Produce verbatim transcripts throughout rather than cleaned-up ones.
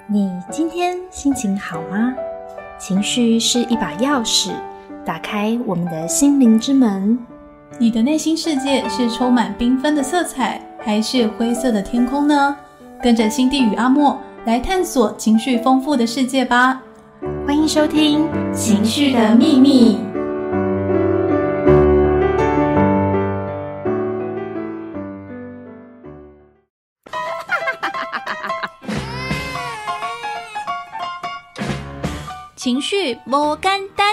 你今天心情好吗？情绪是一把钥匙，打开我们的心灵之门。 你的内心世界是充满缤纷的色彩，还是灰色的天空呢？跟着辛蒂与阿莫来探索情绪丰富的世界吧。 欢迎收听《情绪的秘密》。 情绪不简单。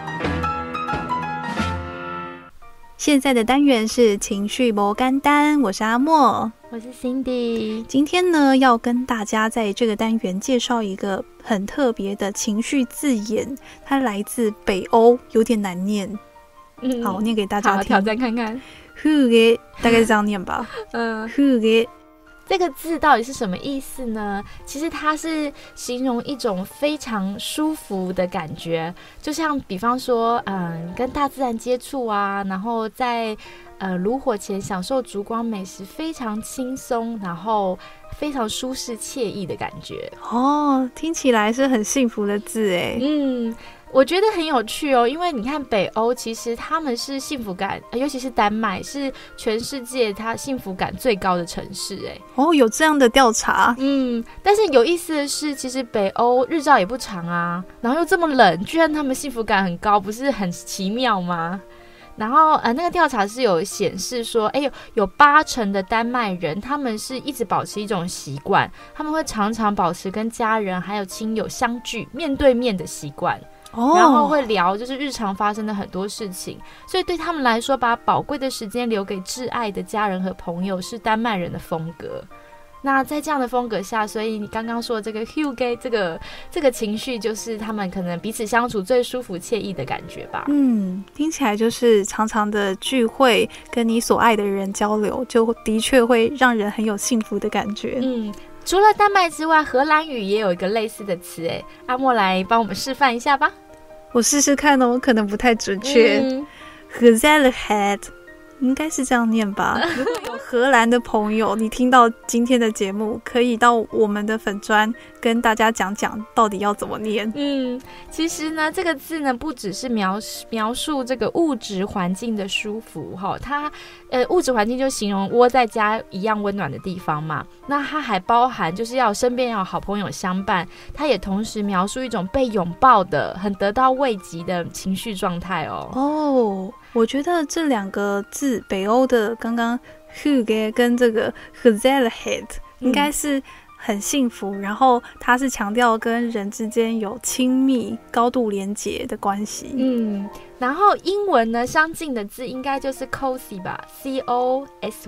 现在的单元是情绪不简单，我是阿莫， 我是 Cindy。 今天呢，要跟大家在这个单元介绍一个很特别的情绪字眼，它来自北欧，有点难念。嗯，好，我念给大家听， 好，挑战看看。 huge 大概是这样念吧。嗯 huge 这个字到底是什么意思呢？其实它是形容一种非常舒服的感觉，就像比方说，嗯，跟大自然接触啊，然后在呃炉火前享受烛光美食，非常轻松，然后非常舒适惬意的感觉。 哦，听起来是很幸福的字哎。 嗯。我觉得很有趣哦，因为你看北欧其实他们是幸福感，尤其是丹麦是全世界它幸福感最高的城市哎。 哦，有这样的调查。 嗯，但是有意思的是，其实北欧日照也不长啊，然后又这么冷，居然他们幸福感很高，不是很奇妙吗？然后呃，那个调查是有显示说，哎，有有八成的丹麦人，他们是一直保持一种习惯，他们会常常保持跟家人还有亲友相聚面对面的习惯。Oh. 然后会聊就是日常发生的很多事情，所以对他们来说，把宝贵的时间留给挚爱的家人和朋友是丹麦人的风格。那在这样的风格下，所以你刚刚说的这个 huge 这个这个情绪，就是他们可能彼此相处最舒服惬意的感觉吧。 嗯，听起来就是常常的聚会，跟你所爱的人交流，就的确会让人很有幸福的感觉。 嗯。除了丹麦之外，荷兰语也有一个类似的词诶，阿莫来帮我们示范一下吧。 我试试看哦，可能不太准确。嗯 Gezelligheid 应该是这样念吧。如果有荷兰的朋友，你听到今天的节目，可以到我们的粉专跟大家讲讲到底要怎么念。 嗯，其实呢，这个字呢，不只是描描述这个物质环境的舒服哈，它呃物质环境就形容窝在家一样温暖的地方嘛。那它还包含就是要身边要有好朋友相伴，它也同时描述一种被拥抱的、很得到慰藉的情绪状态哦。 哦。我觉得这两个字，北欧的刚刚 huge 跟这个 gezelligheid 应该是很幸福，然后它是强调跟人之间有亲密、高度连结的关系。 嗯，然后英文呢，相近的字应该就是 cozy 吧 ，C O S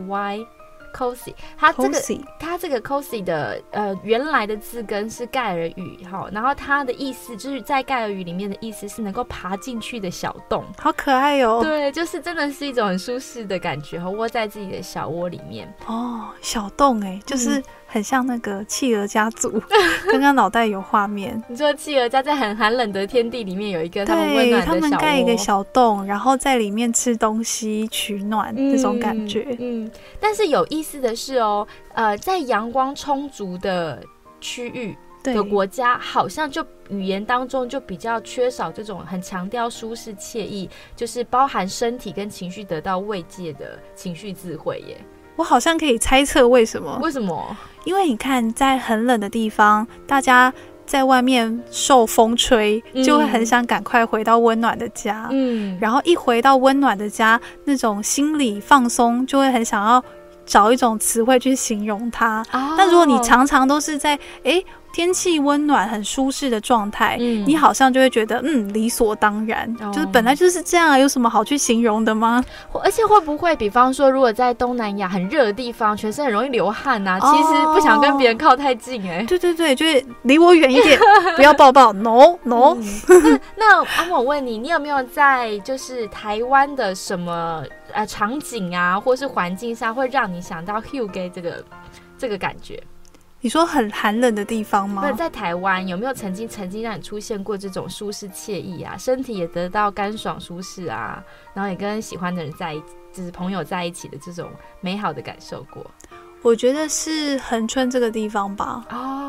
Y。cozy， 它这个 cozy 它这个 cozy 的呃原来的字根是盖尔语哈，然后它的意思就是在盖尔语里面的意思是能够爬进去的小洞， 好可爱哦。 对，就是真的是一种很舒适的感觉，窝在自己的小窝里面。 哦，小洞哎，就是很像那个企鹅家族。刚刚脑袋有画面， 你说企鹅家在很寒冷的天地里面有一个他们温暖的小窝， 他们盖一个小洞，然后在里面吃东西取暖，嗯，这种感觉。 嗯，但是有意思的是哦，呃，在阳光充足的区域的国家，好像就语言当中就比较缺少这种很强调舒适惬意，就是包含身体跟情绪得到慰藉的情绪智慧耶。 我好像可以猜测为什么？ 为什么？ 因为你看，在很冷的地方，大家在外面受风吹，就会很想赶快回到温暖的家。嗯，然后一回到温暖的家，那种心理放松，就会很想要找一种词汇去形容它。哦，但如果你常常都是在诶天气温暖很舒适的状态，嗯，你好像就会觉得嗯理所当然，哦，就是本来就是这样啊，有什么好去形容的吗？ 而且会不会比方说如果在东南亚很热的地方，全身很容易流汗啊，哦，其实不想跟别人靠太近哎，欸， 对对对，就是离我远一点不要抱抱 no no。 嗯，那, 那阿莫我问你，你有没有在就是台湾的什么呃场景啊或是环境下会让你想到 huge 这个这个感觉？ 你说很寒冷的地方吗？ 那在台湾有没有曾经曾经让你出现过这种舒适惬意啊，身体也得到干爽舒适啊，然后也跟喜欢的人在一起，就是朋友在一起的这种美好的感受过？ 我觉得是恒春这个地方吧。 哦，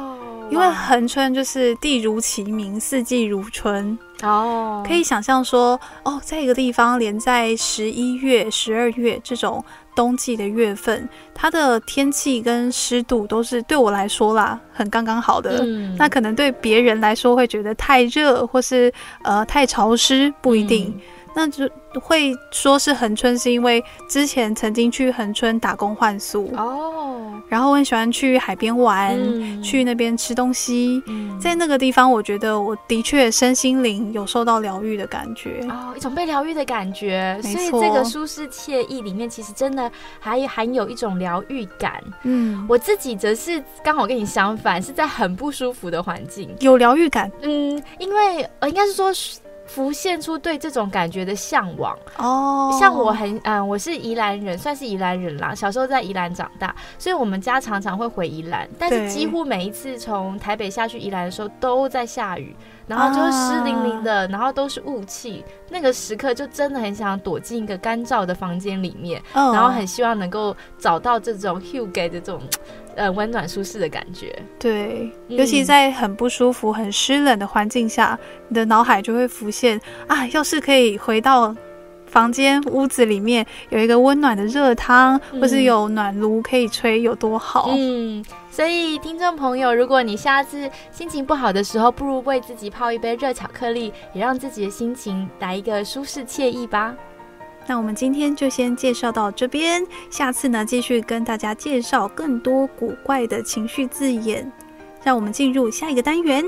因为恒春就是地如其名，四季如春哦，可以想象说，哦，在一个地方连在十一月、十二月这种冬季的月份，它的天气跟湿度都是对我来说啦很刚刚好的、嗯、那可能对别人来说会觉得太热或是呃太潮湿，不一定、嗯、那就会说是恒春是因为之前曾经去恒春打工换宿哦，然后我很喜欢去海边玩、嗯、去那边吃东西、嗯、在那个地方我觉得我的确身心灵有受到疗愈的感觉哦，一种被疗愈的感觉，所以这个舒适惬意里面其实真的还含有一种疗愈感。嗯，我自己则是刚好跟你相反，是在很不舒服的环境有疗愈感。 嗯，因为呃应该是说浮现出对这种感觉的向往哦，像我很嗯，我是宜兰人，算是宜兰人啦。小时候在宜兰长大，所以我们家常常会回宜兰，但是几乎每一次从台北下去宜兰的时候都在下雨，然后就是湿淋淋的、啊，然后都是雾气。那个时刻就真的很想躲进一个干燥的房间里面，哦、然后很希望能够找到这种 Hugh 给的这种呃温暖舒适的感觉。 对、嗯，尤其在很不舒服、很湿冷的环境下，你的脑海就会浮现啊，要是可以回到房间屋子里面有一个温暖的热汤、嗯、或是有暖炉可以吹有多好。 嗯，所以听众朋友，如果你下次心情不好的时候，不如为自己泡一杯热巧克力，也让自己的心情来一个舒适惬意吧。 那我们今天就先介绍到这边，下次呢继续跟大家介绍更多古怪的情绪字眼，让我们进入下一个单元。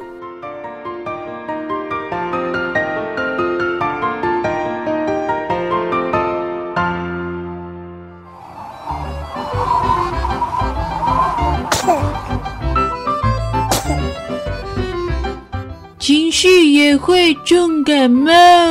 情绪也会重感冒。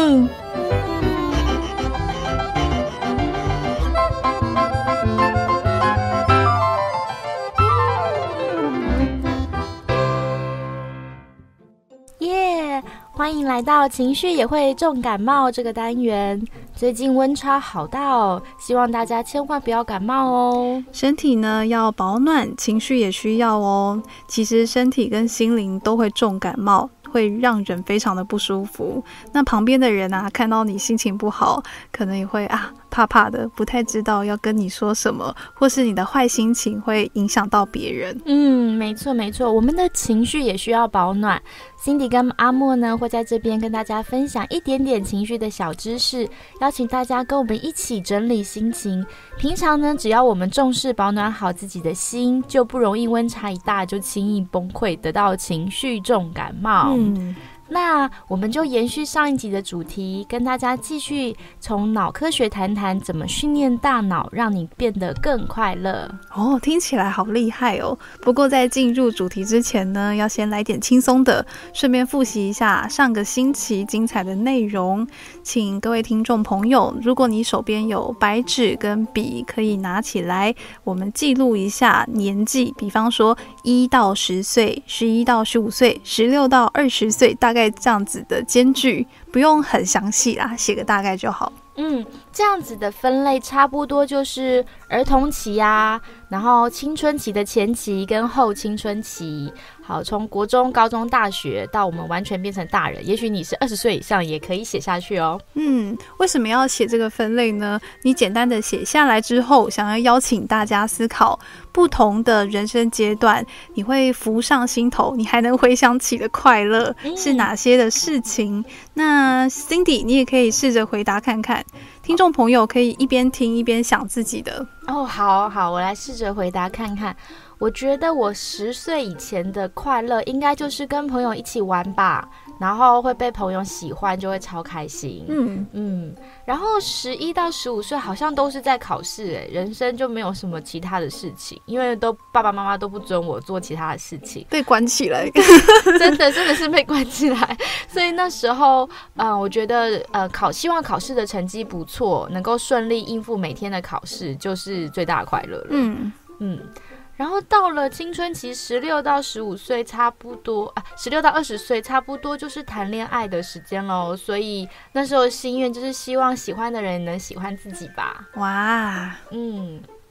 耶、yeah, 欢迎来到情绪也会重感冒这个单元。最近温差好大哦，希望大家千万不要感冒哦。 身体呢要保暖，情绪也需要哦。其实身体跟心灵都会重感冒，会让人非常的不舒服。那旁边的人啊，看到你心情不好，可能也会啊怕怕的，不太知道要跟你说什么，或是你的坏心情会影响到别人。 嗯，没错没错，我们的情绪也需要保暖。Cindy 跟阿莫呢会在这边跟大家分享一点点情绪的小知识，邀请大家跟我们一起整理心情。平常呢，只要我们重视保暖好自己的心，就不容易温差一大就轻易崩溃，得到情绪重感冒。嗯，那我们就延续上一集的主题，跟大家继续从脑科学谈谈怎么训练大脑，让你变得更快乐。 哦，听起来好厉害哦！不过在进入主题之前呢，要先来点轻松的，顺便复习一下上个星期精彩的内容。请各位听众朋友，如果你手边有白纸跟笔，可以拿起来，我们记录一下年纪，比方说一到十岁、十一到十五岁、十六到二十岁，大概这样子的间距，不用很详细啦，写个大概就好。 嗯，这样子的分类差不多就是儿童期啊，然后青春期的前期跟后青春期。好，从国中、高中、大学到我们完全变成大人，也许你是二十岁以上也可以写下去哦。 嗯，为什么要写这个分类呢？你简单的写下来之后，想要邀请大家思考不同的人生阶段，你会浮上心头，你还能回想起的快乐是哪些的事情？嗯、那 Cindy， 你也可以试着回答看看。听众朋友可以一边听一边想自己的。 哦，好好，我来试着回答看看。我觉得我十岁以前的快乐应该就是跟朋友一起玩吧，然后会被朋友喜欢，就会超开心。嗯嗯，然后十一到十五岁好像都是在考试，哎，人生就没有什么其他的事情，因为都爸爸妈妈都不准我做其他的事情， 被关起来， 真的真的是被关起来。所以那时候，呃，我觉得呃考希望考试的成绩不错，能够顺利应付每天的考试，就是最大的快乐了。嗯嗯。然后到了青春期，十六到十五岁差不多啊，十六到二十岁差不多就是谈恋爱的时间咯。所以那时候心愿就是希望喜欢的人能喜欢自己吧。哇，嗯。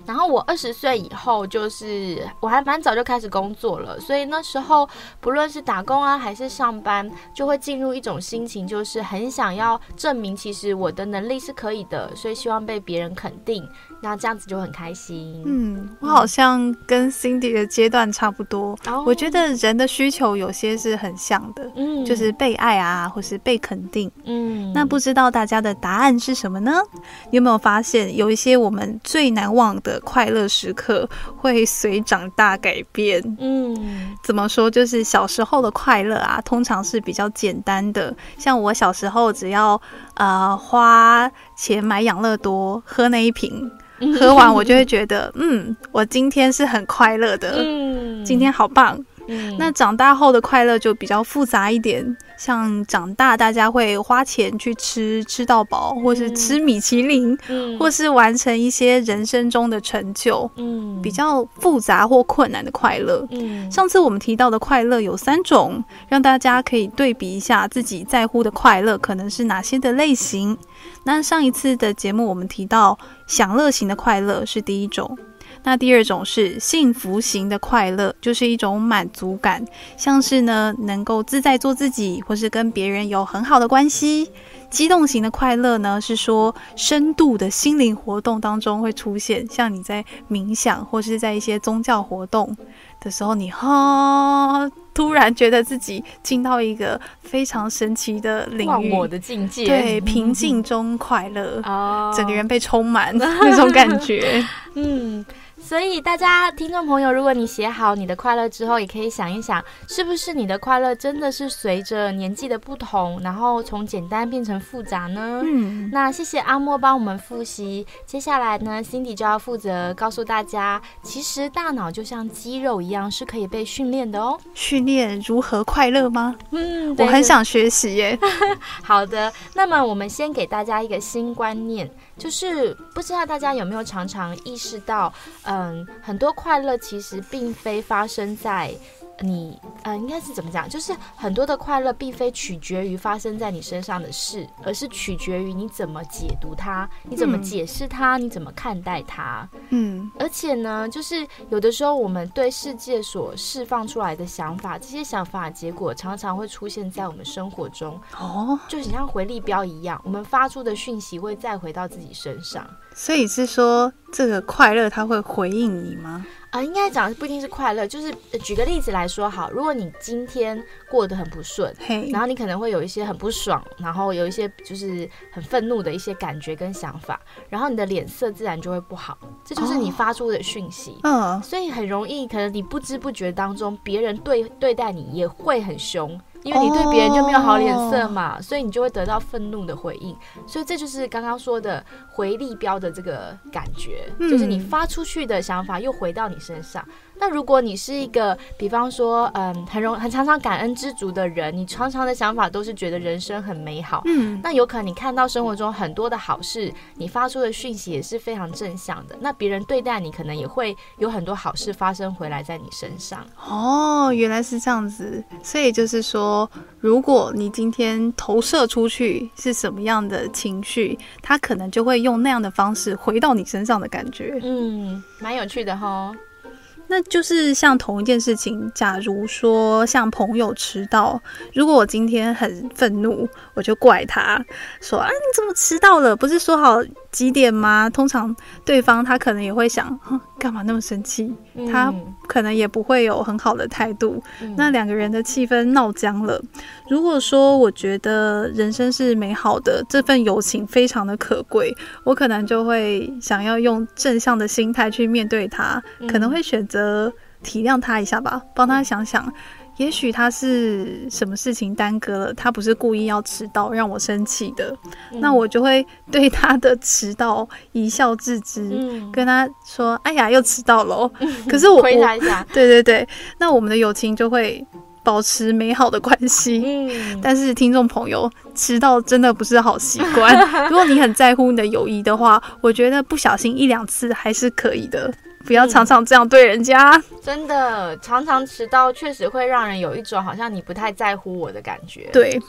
然后我二十岁以后，就是我还蛮早就开始工作了，所以那时候不论是打工啊还是上班，就会进入一种心情，就是很想要证明其实我的能力是可以的，所以希望被别人肯定，那这样子就很开心。 嗯，我好像跟 Cindy 的阶段差不多、哦、我觉得人的需求有些是很像的、嗯、就是被爱啊或是被肯定。嗯，那不知道大家的答案是什么呢？你有没有发现有一些我们最难忘的快乐时刻会随长大改变？嗯，怎么说，就是小时候的快乐啊通常是比较简单的，像我小时候只要呃花钱买养乐多喝那一瓶，喝完我就会觉得嗯我今天是很快乐的、嗯、今天好棒。嗯、那长大后的快乐就比较复杂一点，像长大大家会花钱去吃吃到饱，或是吃米其林、嗯、或是完成一些人生中的成就、嗯、比较复杂或困难的快乐、嗯、上次我们提到的快乐有三种，让大家可以对比一下自己在乎的快乐可能是哪些的类型。那上一次的节目我们提到享乐型的快乐是第一种，那第二种是幸福型的快乐，就是一种满足感，像是呢能够自在做自己，或是跟别人有很好的关系。激动型的快乐呢，是说深度的心灵活动当中会出现，像你在冥想或是在一些宗教活动的时候，你哈突然觉得自己进到一个非常神奇的领域， 忘我的境界， 对，平静中快乐、哦、整个人被充满那种感觉。嗯， 所以大家听众朋友，如果你写好你的快乐之后，也可以想一想，是不是你的快乐真的是随着年纪的不同，然后从简单变成复杂呢？嗯，那谢谢阿莫帮我们复习，接下来呢 Cindy 就要负责告诉大家，其实大脑就像肌肉一样是可以被训练的哦。 训练如何快乐吗？嗯，我很想学习耶。 好的，那么我们先给大家一个新观念，就是不知道大家有没有常常意识到嗯，很多快乐其实并非发生在你呃，应该是怎么讲，就是很多的快乐并非取决于发生在你身上的事，而是取决于你怎么解读它，你怎么解释它、嗯、你怎么看待它。嗯，而且呢，就是有的时候我们对世界所释放出来的想法，这些想法的结果常常会出现在我们生活中。哦，就很像回力镖一样，我们发出的讯息会再回到自己身上。 所以是说这个快乐它会回应你吗？ 啊、呃，应该讲不一定是快乐，就是举个例子来说好，如果你今天过得很不顺， hey. 然后你可能会有一些很不爽，然后有一些就是很愤怒的一些感觉跟想法，然后你的脸色自然就会不好，这就是你发出的讯息。嗯、oh. ，所以很容易可能你不知不觉当中，别人对对待你也会很凶。因为你对别人就没有好脸色嘛， oh. 所以你就会得到愤怒的回应，所以这就是刚刚说的回力镖的这个感觉、嗯、就是你发出去的想法又回到你身上。那如果你是一个比方说嗯很容很常常感恩知足的人，你常常的想法都是觉得人生很美好，嗯，那有可能你看到生活中很多的好事，你发出的讯息也是非常正向的，那别人对待你可能也会有很多好事发生回来在你身上。 哦，原来是这样子。所以就是说，如果你今天投射出去是什么样的情绪，它可能就会用那样的方式回到你身上的感觉。 嗯，蛮有趣的齁。 那就是像同一件事情，假如说像朋友迟到，如果我今天很愤怒，我就怪他说啊，你怎么迟到了？不是说好几点吗？通常对方他可能也会想，干嘛那么生气？嗯、他可能也不会有很好的态度、嗯、那两个人的气氛闹僵了。如果说我觉得人生是美好的，这份友情非常的可贵，我可能就会想要用正向的心态去面对他、嗯、可能会选择体谅他一下吧，帮他想想也许他是什么事情耽搁了，他不是故意要迟到让我生气的、嗯、那我就会对他的迟到一笑置之、嗯、跟他说哎呀又迟到了、嗯、可是我回答一下， 对对对，那我们的友情就会保持美好的关系、嗯、但是听众朋友，迟到真的不是好习惯如果你很在乎你的友谊的话，我觉得不小心一两次还是可以的，不要常常这样对人家、嗯、 真的常常迟到确实会让人有一种好像你不太在乎我的感觉。 对对，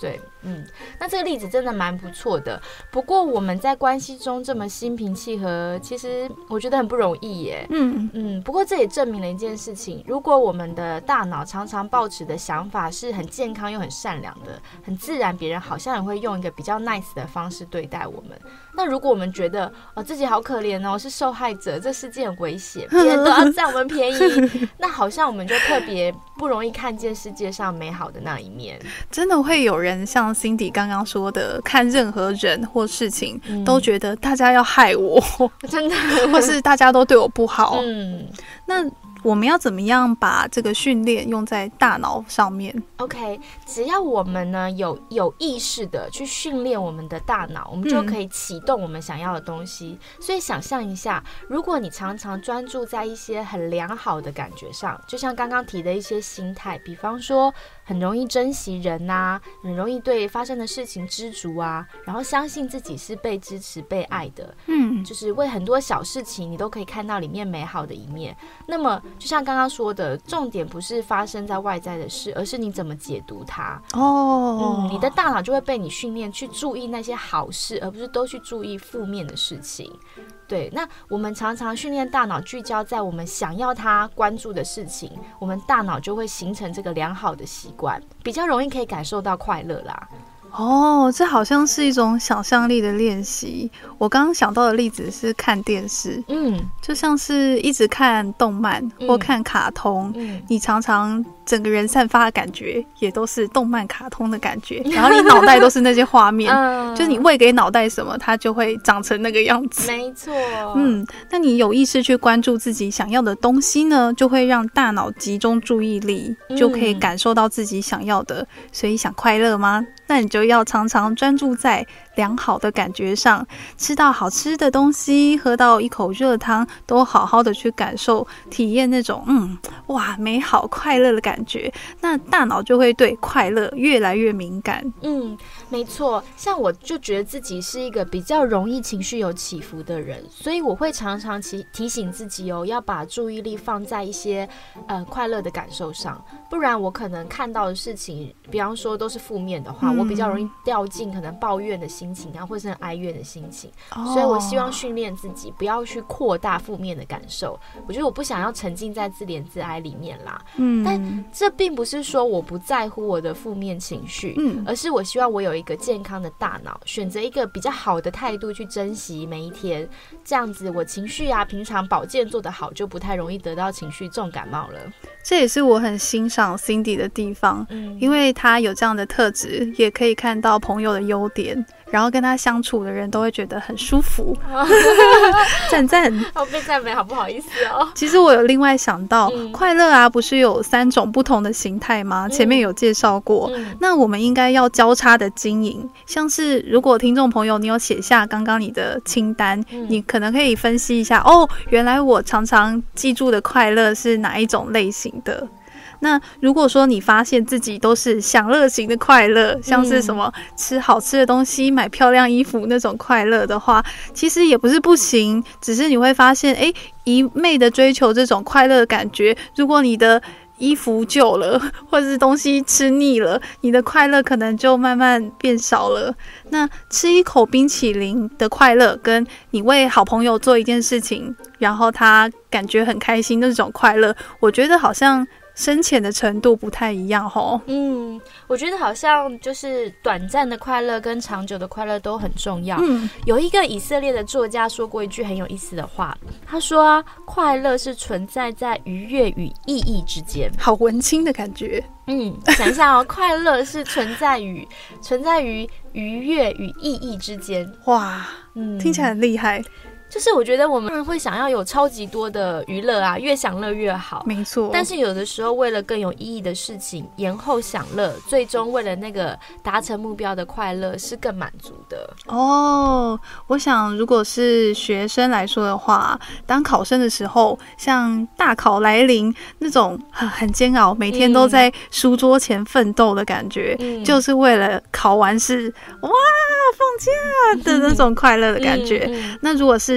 嗯，那这个例子真的蛮不错的。不过我们在关系中这么心平气和，其实我觉得很不容易耶。嗯嗯，不过这也证明了一件事情，如果我们的大脑常常抱持的想法是很健康又很善良的，很自然，别人好像也会用一个比较 nice 的方式对待我们。那如果我们觉得哦自己好可怜哦，是受害者，这世界很危险，别人都要占我们便宜，那好像我们就特别不容易看见世界上美好的那一面。 真的会有人像 Cindy 刚刚说的，看任何人或事情、嗯、都觉得大家要害我， 真的， 或是大家都对我不好。嗯，那我们要怎么样把这个训练用在大脑上面 ？OK， 只要我们呢有有意识的去训练我们的大脑，我们就可以启动我们想要的东西。嗯、所以想象一下，如果你常常专注在一些很良好的感觉上，就像刚刚提的一些心态，比方说很容易珍惜人啊，很容易对发生的事情知足啊，然后相信自己是被支持、被爱的。嗯，就是为很多小事情，你都可以看到里面美好的一面。那么就像刚刚说的，重点不是发生在外在的事，而是你怎么解读它。哦，嗯，你的大脑就会被你训练去注意那些好事，而不是都去注意负面的事情。对，那我们常常训练大脑聚焦在我们想要它关注的事情，我们大脑就会形成这个良好的习惯，比较容易可以感受到快乐啦。 哦，这好像是一种想象力的练习。我刚刚想到的例子是看电视，嗯，就像是一直看动漫或看卡通，嗯，你常常整个人散发的感觉也都是动漫卡通的感觉，然后你脑袋都是那些画面，嗯、就你喂给脑袋什么，它就会长成那个样子。 没错， 嗯，那你有意识去关注自己想要的东西呢，就会让大脑集中注意力，就可以感受到自己想要的。所以想快乐吗？那你就要常常专注在良好的感觉上，吃到好吃的东西，喝到一口热汤，都好好的去感受体验那种嗯哇美好快乐的感觉，那大脑就会对快乐越来越敏感。 嗯，没错，像我就觉得自己是一个比较容易情绪有起伏的人，所以我会常常提醒自己哦，要把注意力放在一些呃快乐的感受上，不然我可能看到的事情，比方说都是负面的话，嗯、我比较容易掉进可能抱怨的心情啊，或是很哀怨的心情。哦、所以我希望训练自己不要去扩大负面的感受。我觉得我不想要沉浸在自怜自哀里面啦。嗯，但这并不是说我不在乎我的负面情绪，嗯，而是我希望我有一个健康的大脑，选择一个比较好的态度去珍惜每一天。这样子，我情绪啊，平常保健做得好，就不太容易得到情绪重感冒了。 这也是我很欣赏 Cindy 的地方，嗯、因为她有这样的特质，也可以看到朋友的优点，然后跟她相处的人都会觉得很舒服。赞赞， 我被赞美，好不好意思哦。 其实我有另外想到，嗯、快乐啊，不是有三种不同的形态吗？嗯、前面有介绍过，嗯、那我们应该要交叉的经营。像是如果听众朋友你有写下刚刚你的清单，嗯、你可能可以分析一下，哦，原来我常常记住的快乐是哪一种类型的。那如果说你发现自己都是享乐型的快乐，像是什么吃好吃的东西、买漂亮衣服那种快乐的话，其实也不是不行，只是你会发现，哎，一昧的追求这种快乐的感觉，如果你的衣服旧了，或者是东西吃腻了，你的快乐可能就慢慢变少了。那吃一口冰淇淋的快乐，跟你为好朋友做一件事情，然后他感觉很开心那种快乐，我觉得好像深浅的程度不太一样齁。 嗯，我觉得好像就是短暂的快乐跟长久的快乐都很重要。嗯，有一个以色列的作家说过一句很有意思的话，他说啊，快乐是存在在愉悦与意义之间。 好文青的感觉。 嗯，想一下哦，快乐是存在于存在于愉悦与意义之间。 哇，嗯，听起来很厉害。 就是我觉得我们会想要有超级多的娱乐啊，越享乐越好。 没错。 但是有的时候为了更有意义的事情延后享乐，最终为了那个达成目标的快乐是更满足的。 哦，我想如果是学生来说的话，当考生的时候，像大考来临那种很很煎熬，每天都在书桌前奋斗的感觉，嗯、就是为了考完试哇放假的那种快乐的感觉。嗯嗯嗯、那如果是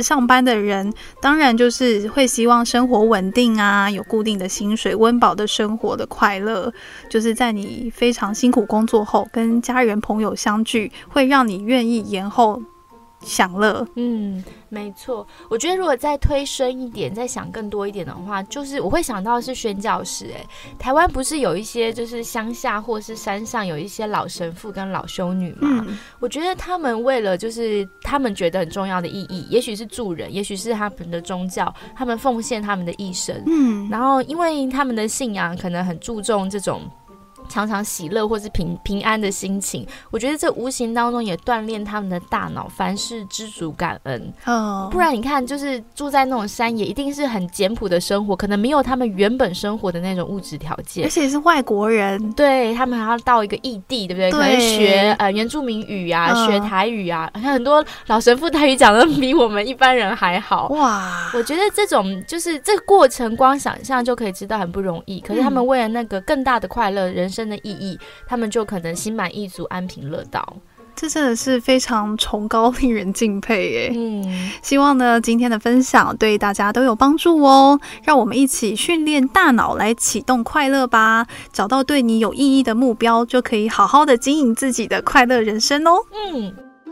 上班的人当然就是会希望生活稳定啊，有固定的薪水，温饱的生活的快乐，就是在你非常辛苦工作后跟家人朋友相聚，会让你愿意延后享乐。 嗯，没错。我觉得如果再推深一点，再想更多一点的话，就是我会想到的是宣教士。哎，台湾不是有一些就是乡下或是山上有一些老神父跟老修女吗？嗯、我觉得他们为了就是他们觉得很重要的意义，也许是助人，也许是他们的宗教，他们奉献他们的一生。嗯，然后因为他们的信仰可能很注重这种常常喜乐或是 平, 平安的心情，我觉得这无形当中也锻炼他们的大脑，凡事知足感恩。哦，不然你看，就是住在那种山野，一定是很简朴的生活，可能没有他们原本生活的那种物质条件， 而且是外国人， 对他们还要到一个异地，对不对？对，可能学呃原住民语啊，嗯、学台语啊，看很多老神父台语讲的比我们一般人还好。哇，我觉得这种就是这个过程，光想象就可以知道很不容易。可是他们为了那个更大的快乐，人生的意义，他们就可能心满意足，安贫乐道。 这真的是非常崇高，令人敬佩耶。嗯，希望呢今天的分享对大家都有帮助哦。让我们一起训练大脑来启动快乐吧，找到对你有意义的目标，就可以好好的经营自己的快乐人生哦。嗯。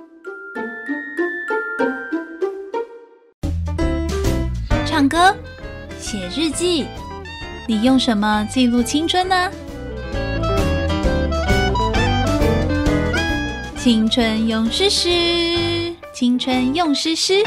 唱歌、写日记，你用什么记录青春呢？青春用诗诗，青春用诗诗。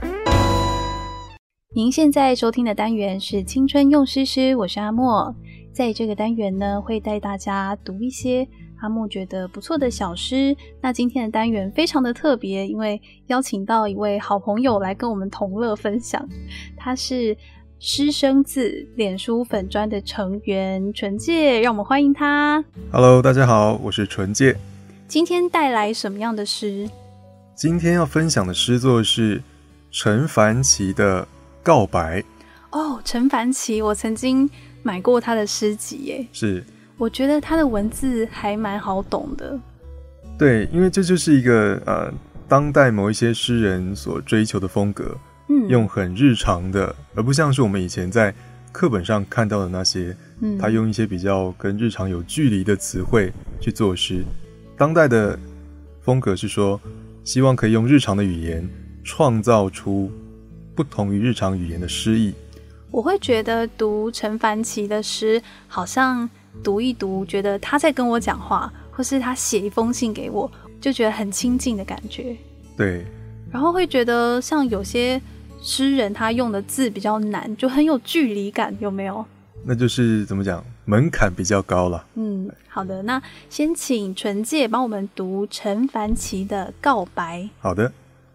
您现在收听的单元是青春用诗诗，我是阿莫。在这个单元呢，会带大家读一些阿莫觉得不错的小诗。那今天的单元非常的特别，因为邀请到一位好朋友来跟我们同乐分享，他是诗生字脸书粉专的成员纯介，让我们欢迎他。 Hello， 大家好，我是纯介。 今天带来什么样的诗？ 今天要分享的诗作是陈凡奇的《告白》。 哦，陈凡奇，我曾经买过他的诗集耶。 是， 我觉得他的文字还蛮好懂的。 对，因为这就是一个呃当代某一些诗人所追求的风格，嗯，用很日常的，而不像是我们以前在课本上看到的那些，嗯，他用一些比较跟日常有距离的词汇去作诗。当代的风格是说，希望可以用日常的语言创造出不同于日常语言的诗意。 我会觉得读陈凡奇的诗，好像读一读，觉得他在跟我讲话，或是他写一封信给我，就觉得很亲近的感觉。 对。 然后会觉得像有些诗人他用的字比较难，就很有距离感，有没有？ 那就是怎么讲，门槛比较高了。 嗯，好的，那先请纯介帮我们读陈凡奇的《告白》。 好的，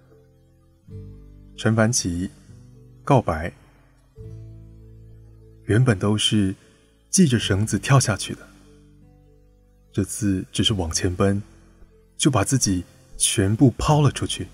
陈凡奇《告白》，原本都是系着绳子跳下去的，这次只是往前奔，就把自己全部抛了出去。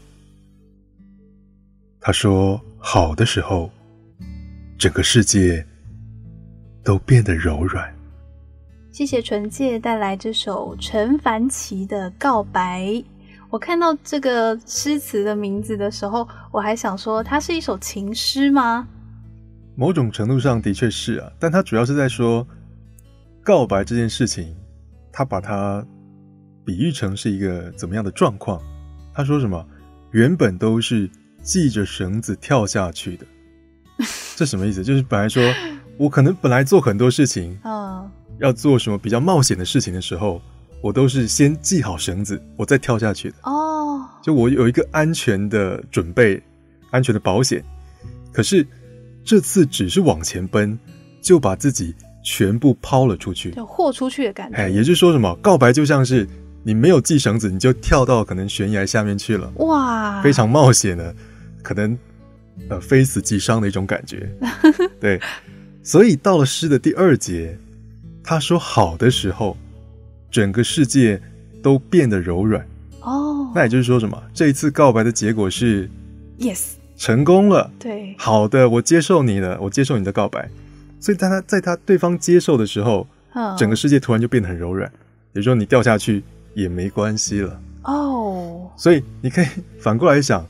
他说，好的时候，整个世界都变得柔软。 谢谢纯介带来这首陈凡奇的《告白》。我看到这个诗词的名字的时候，我还想说，它是一首情诗吗？ 某种程度上的确是啊，但它主要是在说告白这件事情，他把它比喻成是一个怎么样的状况。他说什么？原本都是系着绳子跳下去的。这什么意思？就是本来说我可能本来做很多事情，嗯，要做什么比较冒险的事情的时候，我都是先系好绳子，我再跳下去的。哦，就我有一个安全的准备，安全的保险。可是这次只是往前奔，就把自己全部抛了出去， 就豁出去的感觉。 哎，也就是说什么？告白就像是你没有系绳子，你就跳到可能悬崖下面去了。哇，非常冒险的，可能呃非死即伤的一种感觉。对。所以到了诗的第二节，他说好的时候，整个世界都变得柔软。哦，那也就是说什么？这一次告白的结果是 yes， 成功了。 对， 好的，我接受你了，我接受你的告白。所以在他在他对方接受的时候，嗯，整个世界突然就变得很柔软。也就是说，你掉下去也没关系了。哦，所以你可以反过来想，如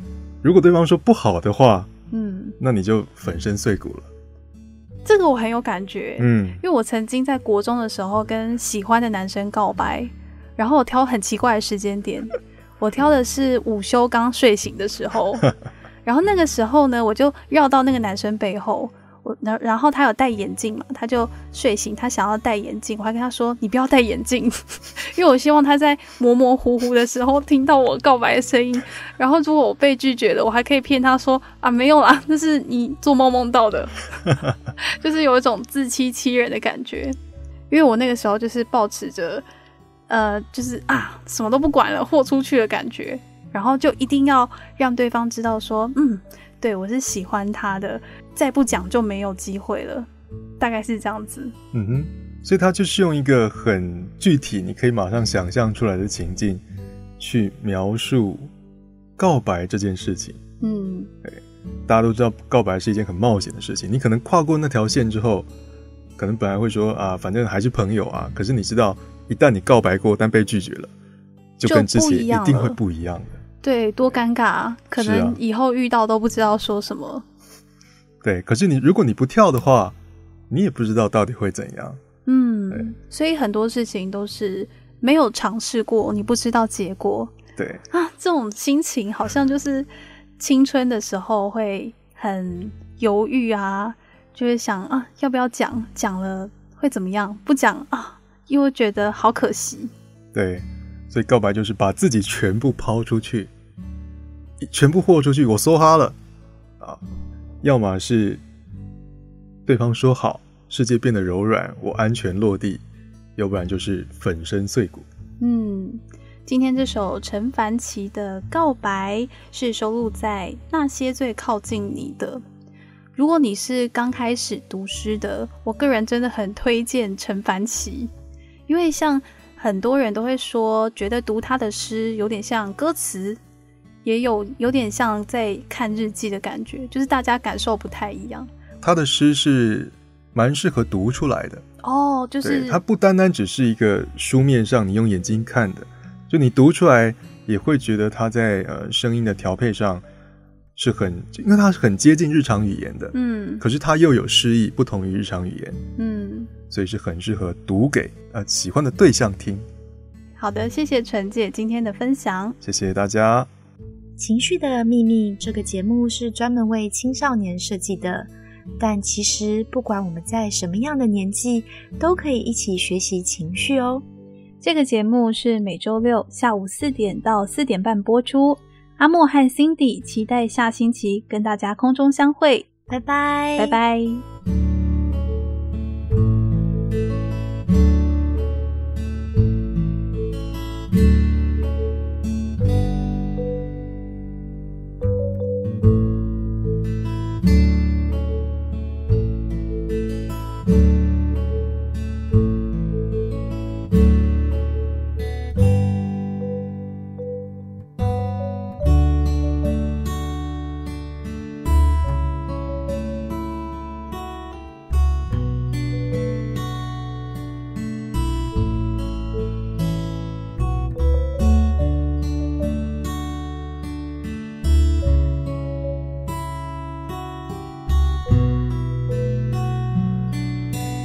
如果对方说不好的话， 嗯， 那你就粉身碎骨了。 这个我很有感觉， 嗯， 因为我曾经在国中的时候跟喜欢的男生告白，然后我挑很奇怪的时间点，我挑的是午休刚睡醒的时候，然后那个时候呢，我就绕到那个男生背后，我然后他有戴眼镜嘛，他就睡醒，他想要戴眼镜，我还跟他说你不要戴眼镜，因为我希望他在模模糊糊的时候听到我告白的声音，然后如果我被拒绝了，我还可以骗他说啊没有啦，那是你做梦梦到的，就是有一种自欺欺人的感觉。因为我那个时候就是抱持着呃就是啊什么都不管了豁出去的感觉，然后就一定要让对方知道说嗯对我是喜欢他的，再不讲就没有机会了，大概是这样子。嗯哼，所以他就是用一个很具体你可以马上想象出来的情境去描述告白这件事情。嗯，对，大家都知道告白是一件很冒险的事情，你可能跨过那条线之后，可能本来会说啊反正还是朋友啊，可是你知道一旦你告白过但被拒绝了，就跟之前一定会不一样的。 对，多尴尬啊，可能以后遇到都不知道说什么。 对，可是你如果你不跳的话，你也不知道到底会怎样。 嗯，所以很多事情都是没有尝试过，你不知道结果。 对啊，这种心情好像就是青春的时候会很犹豫啊，就会想啊要不要讲，讲了会怎么样，不讲啊又会觉得好可惜。 对，所以告白就是把自己全部抛出去，全部豁出去，我梭哈了啊！要么是对方说好，世界变得柔软，我安全落地；要不然就是粉身碎骨。嗯， 今天这首陈凡奇的《告白》是收录在《那些最靠近你的》。如果你是刚开始读诗的，我个人真的很推荐陈凡奇，因为像很多人都会说，觉得读他的诗有点像歌词，也有有点像在看日记的感觉，就是大家感受不太一样。 他的诗是蛮适合读出来的哦，就是它不单单只是一个书面上你用眼睛看的，就你读出来也会觉得他在呃声音的调配上是很，因为它是很接近日常语言的，嗯，可是它又有诗意，不同于日常语言，嗯，所以是很适合读给呃喜欢的对象听。 好的，谢谢纯姐今天的分享， 谢谢大家。 情绪的秘密这个节目是专门为青少年设计的，但其实不管我们在什么样的年纪，都可以一起学习情绪哦。 这个节目是每周六下午四点到四点半播出。阿莫和 Cindy 期待下星期跟大家空中相会， 拜拜， 拜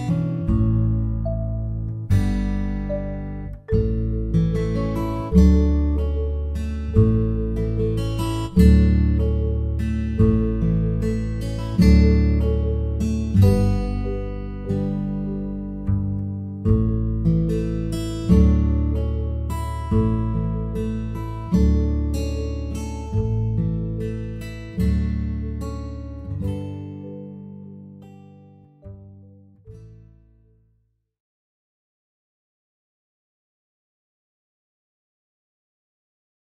拜。you